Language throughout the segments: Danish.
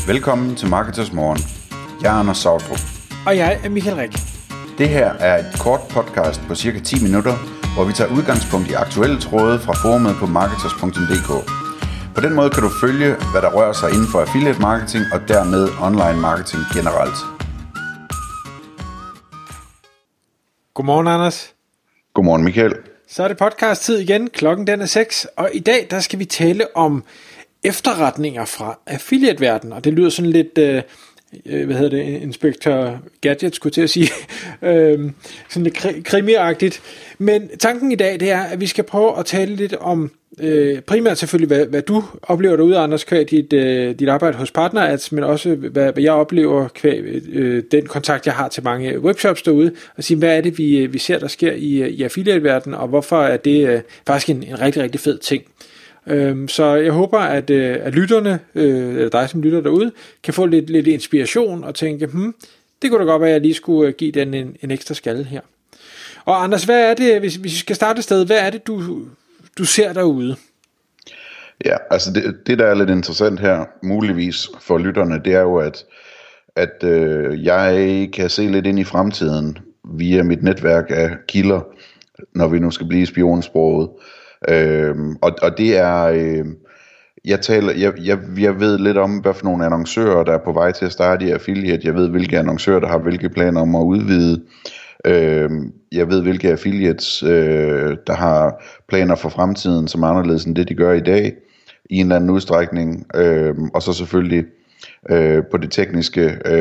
Velkommen til Marketers Morgen. Jeg er Anders Sautrup. Og jeg er Michael Rik. Det her er et kort podcast på cirka 10 minutter, hvor vi tager udgangspunkt i aktuelle tråde fra forumet på marketers.dk. På den måde kan du følge, hvad der rører sig inden for affiliate marketing og dermed online marketing generelt. Godmorgen, Anders. Godmorgen, Michael. Så er det podcast-tid igen. Klokken den er 6, og i dag der skal vi tale om efterretninger fra affiliate-verdenen, og det lyder sådan lidt, Inspector Gadget, skulle jeg til at sige, sådan lidt krimiagtigt. Men tanken i dag, det er, at vi skal prøve at tale lidt om, primært selvfølgelig, hvad du oplever derude, Anders, kvæg dit arbejde hos PartnerAds, men også, hvad jeg oplever kvæg den kontakt, jeg har til mange webshops derude, og sige, hvad er det, vi ser, der sker i affiliate-verdenen, og hvorfor er det faktisk en rigtig, rigtig fed ting. Så jeg håber, at lytterne, eller dig som lytter derude, kan få lidt inspiration og tænke, det kunne da godt være, at jeg lige skulle give den en ekstra skalle her. Og Anders, hvad er det, hvis vi skal starte et sted, hvad er det, du ser derude? Ja, altså det der er lidt interessant her, muligvis for lytterne, det er jo, at jeg kan se lidt ind i fremtiden via mit netværk af kilder, når vi nu skal blive spionsproget. Og det er, jeg ved lidt om, hvad for nogle annoncører, der er på vej til at starte i affiliate. Jeg ved, hvilke annoncører, der har hvilke planer om at udvide. Jeg ved, hvilke affiliates, der har planer for fremtiden, som er anderledes end det, de gør i dag, i en eller anden udstrækning. Og så selvfølgelig på det tekniske,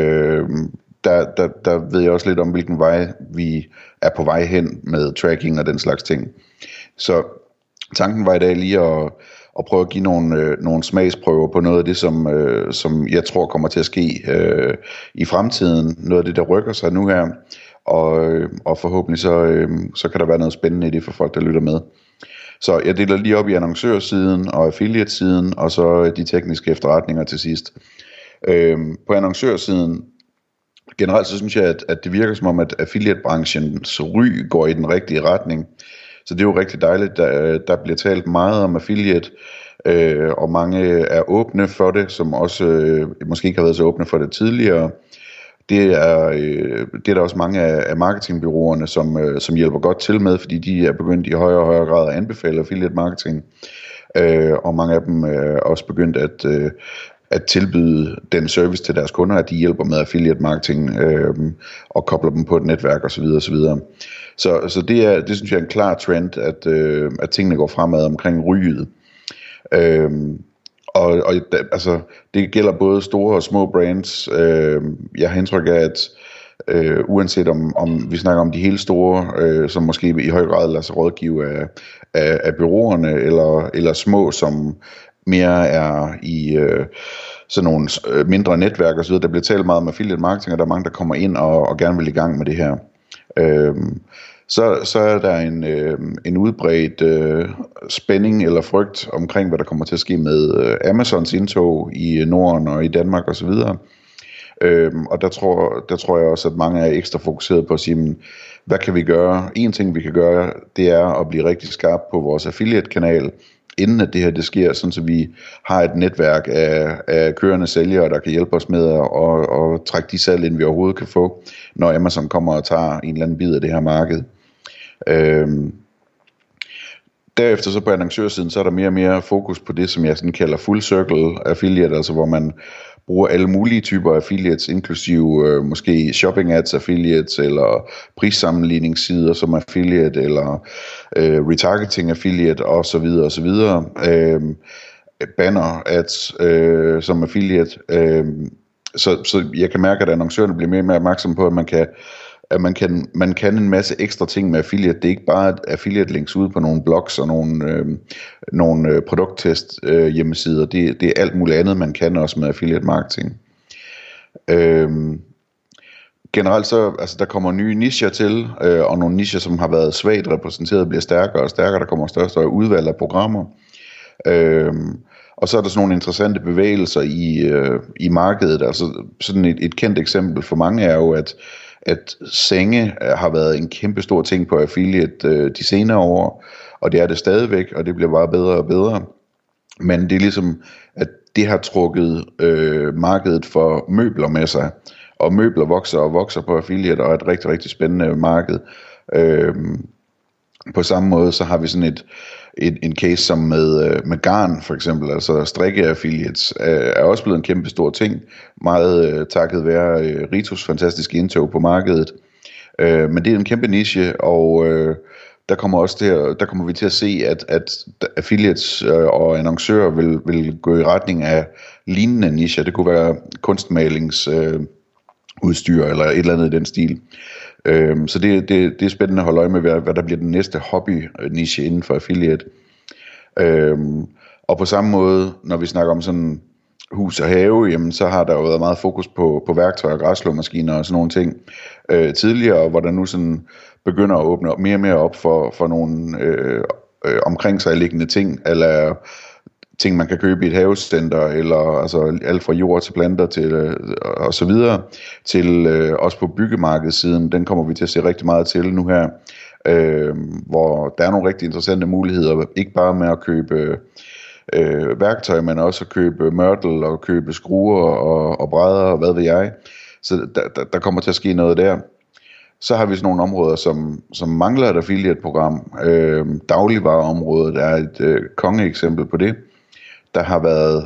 der ved jeg også lidt om, hvilken vej vi er på vej hen med tracking og den slags ting. Så tanken var i dag lige at prøve at give nogle smagsprøver på noget af det, som jeg tror kommer til at ske i fremtiden. Noget af det, der rykker sig nu her, og forhåbentlig så kan der være noget spændende i det for folk, der lytter med. Så jeg deler lige op i annoncørsiden og affiliate-siden, og så de tekniske efterretninger til sidst. På annoncørsiden, generelt så synes jeg, at det virker som om, at affiliate-branchens ry går i den rigtige retning. Så det er jo rigtig dejligt, der bliver talt meget om affiliate, og mange er åbne for det, som også måske ikke har været så åbne for det tidligere. Det er der også mange af marketingbureauerne, som hjælper godt til med, fordi de er begyndt i højere og højere grad at anbefale affiliate marketing, og mange af dem er også begyndt at tilbyde den service til deres kunder, at de hjælper med affiliate marketing og kobler dem på et netværk osv. osv. Så det synes jeg er en klar trend, at tingene går fremad omkring ryget. Altså, det gælder både store og små brands. Jeg har indtryk af, at uanset om vi snakker om de helt store, som måske i høj grad lader sig rådgive af bureauerne, eller små, som mere er i sådan nogle mindre netværk og så videre. Der bliver talt meget om affiliate marketing, og der er mange, der kommer ind og gerne vil i gang med det her. Så er der en udbredt spænding eller frygt omkring, hvad der kommer til at ske med Amazons indtog i Norden og i Danmark osv. Og der tror jeg også, at mange er ekstra fokuseret på at sige, hvad kan vi gøre? En ting vi kan gøre, det er at blive rigtig skarp på vores affiliate-kanal, inden at det her det sker, sådan så vi har et netværk af kørende sælgere, der kan hjælpe os med at trække de salg ind, vi overhovedet kan få, når Amazon kommer og tager en eller anden bid af det her marked. Derefter så på annoncørsiden, så er der mere og mere fokus på det, som jeg sådan kalder full circle affiliate, altså hvor man bruger alle mulige typer affiliates, inklusive måske shopping ads affiliates, eller prissammenligningssider som affiliate, eller retargeting affiliate, og så videre, og så videre. Banner ads som affiliate. Så jeg kan mærke, at annoncørerne bliver mere og mere opmærksomme på, at man kan en masse ekstra ting med affiliate. Det er ikke bare affiliate links ude på nogle blogs og nogle produkttest hjemmesider. Det er alt muligt andet, man kan også med affiliate marketing. Generelt så, altså der kommer nye nicher til, og nogle nicher, som har været svagt repræsenteret, bliver stærkere og stærkere. Der kommer større og større udvalg af programmer. Og så er der sådan nogle interessante bevægelser i markedet. Altså sådan et kendt eksempel for mange er jo, at senge har været en kæmpe stor ting på affiliate de senere år, og det er det stadigvæk, og det bliver bare bedre og bedre. Men det er ligesom, at det har trukket markedet for møbler med sig, og møbler vokser og vokser på affiliate, og er et rigtig, rigtig spændende marked. På samme måde, så har vi sådan en case som med garn for eksempel, altså strikke-affiliates, er også blevet en kæmpe stor ting, meget takket være Ritus fantastiske indtog på markedet. Men det er en kæmpe niche, og der kommer vi til at se, at affiliates og annoncører vil gå i retning af lignende nicher. Det kunne være kunstmalingsudstyr eller et eller andet i den stil. Så det er spændende at holde øje med, hvad der bliver den næste hobby-niche inden for affiliate. Og på samme måde, når vi snakker om sådan hus og have, jamen, så har der jo været meget fokus på værktøjer, græsslåmaskiner og sådan nogle ting tidligere, hvor der nu sådan begynder at åbne mere og mere op for nogle omkring sig liggende ting, eller ting man kan købe i et havecenter, eller altså alt fra jord til planter til og så videre, til også på byggemarkedssiden. Den kommer vi til at se rigtig meget til nu her, hvor der er nogle rigtig interessante muligheder, ikke bare med at købe værktøj, men også at købe mørtel og købe skruer og brædder og hvad ved jeg. Så der kommer til at ske noget der. Så har vi sådan nogle områder, som mangler et affiliate-program. Dagligvareområdet er et kongeeksempel på det. Der har været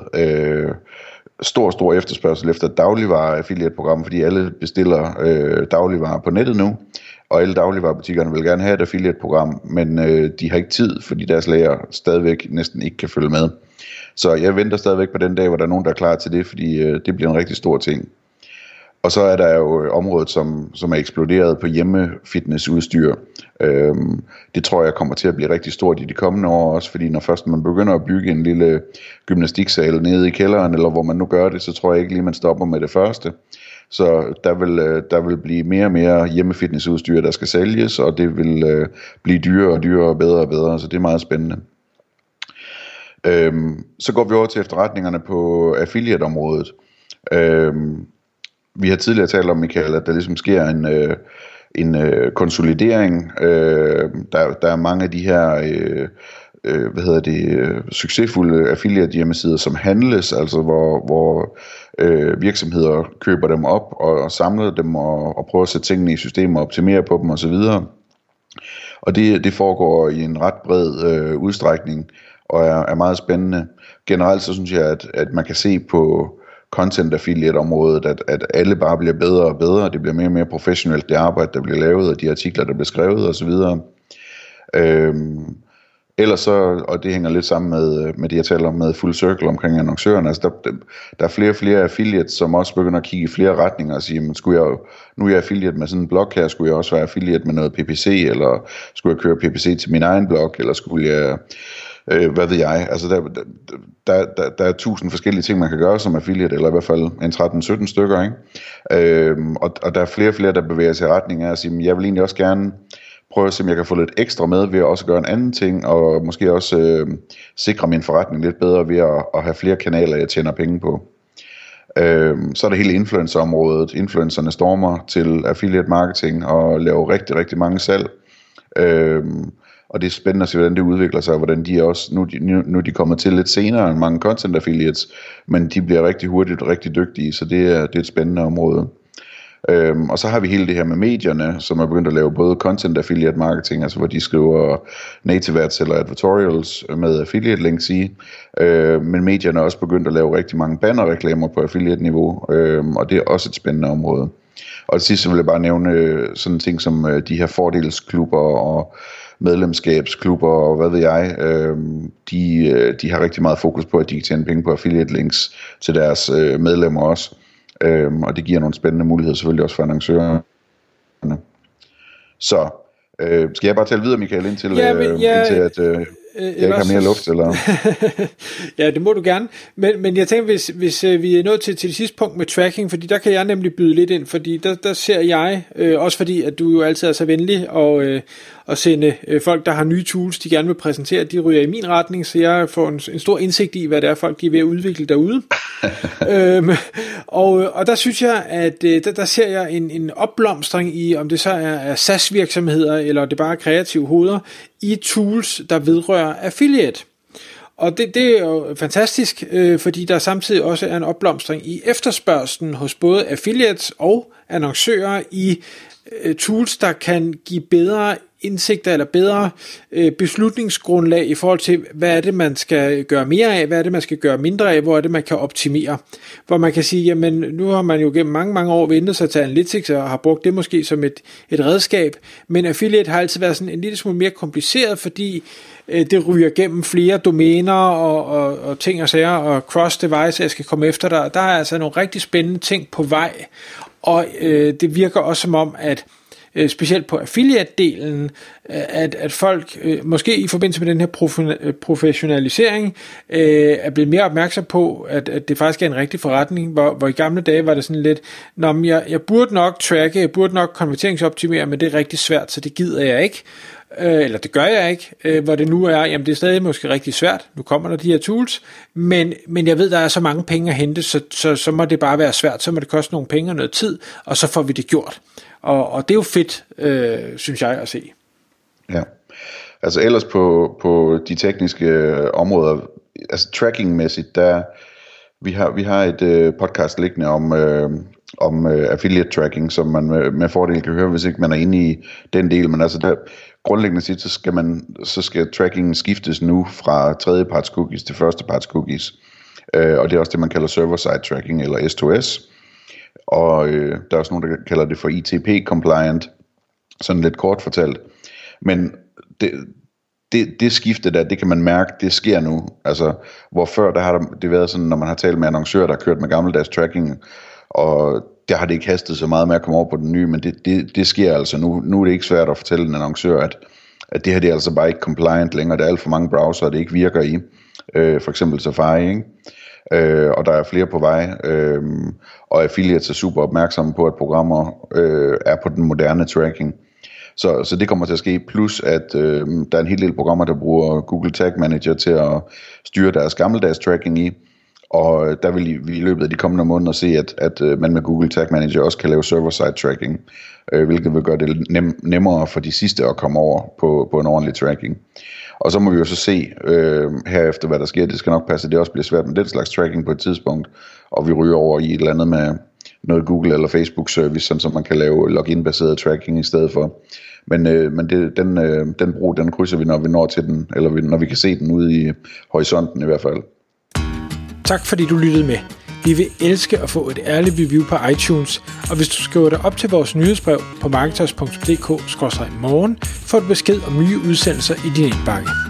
stor efterspørgsel efter dagligvare-affiliate-program, fordi alle bestiller dagligvarer på nettet nu, og alle dagligvarebutikkerne vil gerne have et affiliate-program, men de har ikke tid, fordi deres lager stadigvæk næsten ikke kan følge med. Så jeg venter stadigvæk på den dag, hvor der er nogen, der er klar til det, fordi det bliver en rigtig stor ting. Og så er der jo området, som er eksploderet på hjemmefitnessudstyr. Det tror jeg kommer til at blive rigtig stort i de kommende år også, fordi når først man begynder at bygge en lille gymnastiksal nede i kælderen, eller hvor man nu gør det, så tror jeg ikke lige, man stopper med det første. Så der vil blive mere og mere hjemmefitnessudstyr, der skal sælges, og det vil blive dyrere og dyrere og bedre og bedre, så det er meget spændende. Så går vi over til efterretningerne på affiliate-området. Vi har tidligere talt om, Michael, at der ligesom sker en konsolidering. Der er mange af de her succesfulde affiliate hjemmesider, som handles, altså hvor virksomheder køber dem op og samler dem og prøver at sætte tingene i systemer og optimere på dem osv. Og det foregår i en ret bred udstrækning og er meget spændende. Generelt så synes jeg, at man kan se på content affiliate området, at alle bare bliver bedre og bedre, det bliver mere og mere professionelt, det arbejde, der bliver lavet, og de artikler, der bliver skrevet osv. Ellers så, og det hænger lidt sammen med det, jeg taler om med full circle omkring annoncørerne, altså der er flere og flere affiliates, som også begynder at kigge i flere retninger og sige, men nu er jeg affiliate med sådan en blog her, skulle jeg også være affiliate med noget PPC, eller skulle jeg køre PPC til min egen blog, eller skulle jeg hvad ved jeg, altså der er 1000 forskellige ting, man kan gøre som affiliate, eller i hvert fald en 13-17 stykker, ikke? Og der er flere og flere, der bevæger sig i retning af at sige, jeg vil egentlig også gerne prøve at se, om jeg kan få lidt ekstra med ved at også gøre en anden ting, og måske også sikre min forretning lidt bedre ved at have flere kanaler, jeg tjener penge på. Så er der hele influencerområdet. Influencerne stormer til affiliate marketing og laver rigtig, rigtig mange salg. Og det er spændende at se, hvordan det udvikler sig, og hvordan de også, nu er de kommet til lidt senere end mange content affiliates, men de bliver rigtig hurtigt og rigtig dygtige, så det er et spændende område. Og så har vi hele det her med medierne, som er begyndt at lave både content affiliate marketing, altså hvor de skriver native ads eller advertorials med affiliate links i, men medierne er også begyndt at lave rigtig mange bannerreklamer på affiliate niveau, og det er også et spændende område. Og til sidst så vil jeg bare nævne sådan ting som de her fordelsklubber og medlemskabsklubber og hvad ved jeg, de har rigtig meget fokus på, at de kan tjene penge på affiliate links til deres medlemmer også, og det giver nogle spændende muligheder selvfølgelig også for annoncørerne. Så skal jeg bare tale videre, Michael, indtil at jeg ikke har mere luft, eller? Ja, det må du gerne. Men jeg tænker, hvis vi er nået til det sidste punkt med tracking, fordi der kan jeg nemlig byde lidt ind, fordi der ser jeg, også fordi at du jo altid er så venlig og sende folk, der har nye tools, de gerne vil præsentere, de ryger i min retning, så jeg får en stor indsigt i, hvad det er, folk de er ved at udvikle derude. Og der synes jeg, at der ser jeg en opblomstring i, om det så er SaaS-virksomheder, eller det bare er kreative hoveder, i tools, der vedrører affiliate. Og det er jo fantastisk, fordi der samtidig også er en opblomstring i efterspørgslen hos både affiliates og annoncører i tools, der kan give bedre indsigter eller bedre beslutningsgrundlag i forhold til, hvad er det, man skal gøre mere af, hvad er det, man skal gøre mindre af, hvor er det, man kan optimere. Hvor man kan sige, jamen nu har man jo gennem mange år ventet sig til Analytics og har brugt det måske som et redskab, men affiliate har altid været sådan en lille smule mere kompliceret, fordi det ryger gennem flere domæner og ting og sager og cross-device, jeg skal komme efter dig. Der er altså nogle rigtig spændende ting på vej, og det virker også som om, at specielt på affiliate-delen, at folk, måske i forbindelse med den her professionalisering, er blevet mere opmærksom på, at det faktisk er en rigtig forretning, hvor i gamle dage var det sådan lidt, jeg burde nok tracke, jeg burde nok konverteringsoptimere, men det er rigtig svært, så det gider jeg ikke. Eller det gør jeg ikke, hvor det nu er, jamen det er stadig måske rigtig svært, nu kommer der de her tools, men jeg ved, der er så mange penge at hente, så må det bare være svært, så må det koste nogle penge og noget tid, og så får vi det gjort. Og det er jo fedt, synes jeg, at se. Ja, altså ellers på de tekniske områder, altså trackingmæssigt, der vi har et podcast liggende om affiliate tracking, som man med fordel kan høre, hvis ikke man er inde i den del, men altså der grundlæggende set, så skal trackingen skiftes nu fra tredjeparts cookies til førsteparts cookies, og det er også det, man kalder server-side tracking, eller S2S, og der er også nogen, der kalder det for ITP-compliant, sådan lidt kort fortalt, men det skifte der, det kan man mærke, det sker nu, altså hvor før der har det været sådan, når man har talt med annoncører, der har kørt med gammeldags tracking, og der har det ikke hastet så meget med at komme over på den nye, men det sker altså nu. Nu er det ikke svært at fortælle en annoncør, at det her det er altså bare ikke compliant længere. Der er alt for mange browsere, det ikke virker i. For eksempel Safari, ikke? Og der er flere på vej. Og affiliates er super opmærksomme på, at programmer er på den moderne tracking. Så det kommer til at ske, plus at der er en hel del programmer, der bruger Google Tag Manager til at styre deres gammeldags tracking i. Og der vil vi i løbet af de kommende måneder se, at man med Google Tag Manager også kan lave server-side tracking, hvilket vil gøre det nemmere for de sidste at komme over på en ordentlig tracking. Og så må vi jo så se herefter, hvad der sker. Det skal nok passe, at det også bliver svært med den slags tracking på et tidspunkt, og vi ryger over i et eller andet med noget Google eller Facebook service, sådan så man kan lave login-baseret tracking i stedet for. Men den brug, den krydser vi, når vi når til den, eller når vi kan se den ude i horisonten i hvert fald. Tak fordi du lyttede med. Vi vil elske at få et ærligt review på iTunes, og hvis du skriver dig op til vores nyhedsbrev på marketers.dk/morgen, får du besked om nye udsendelser i din indbakke.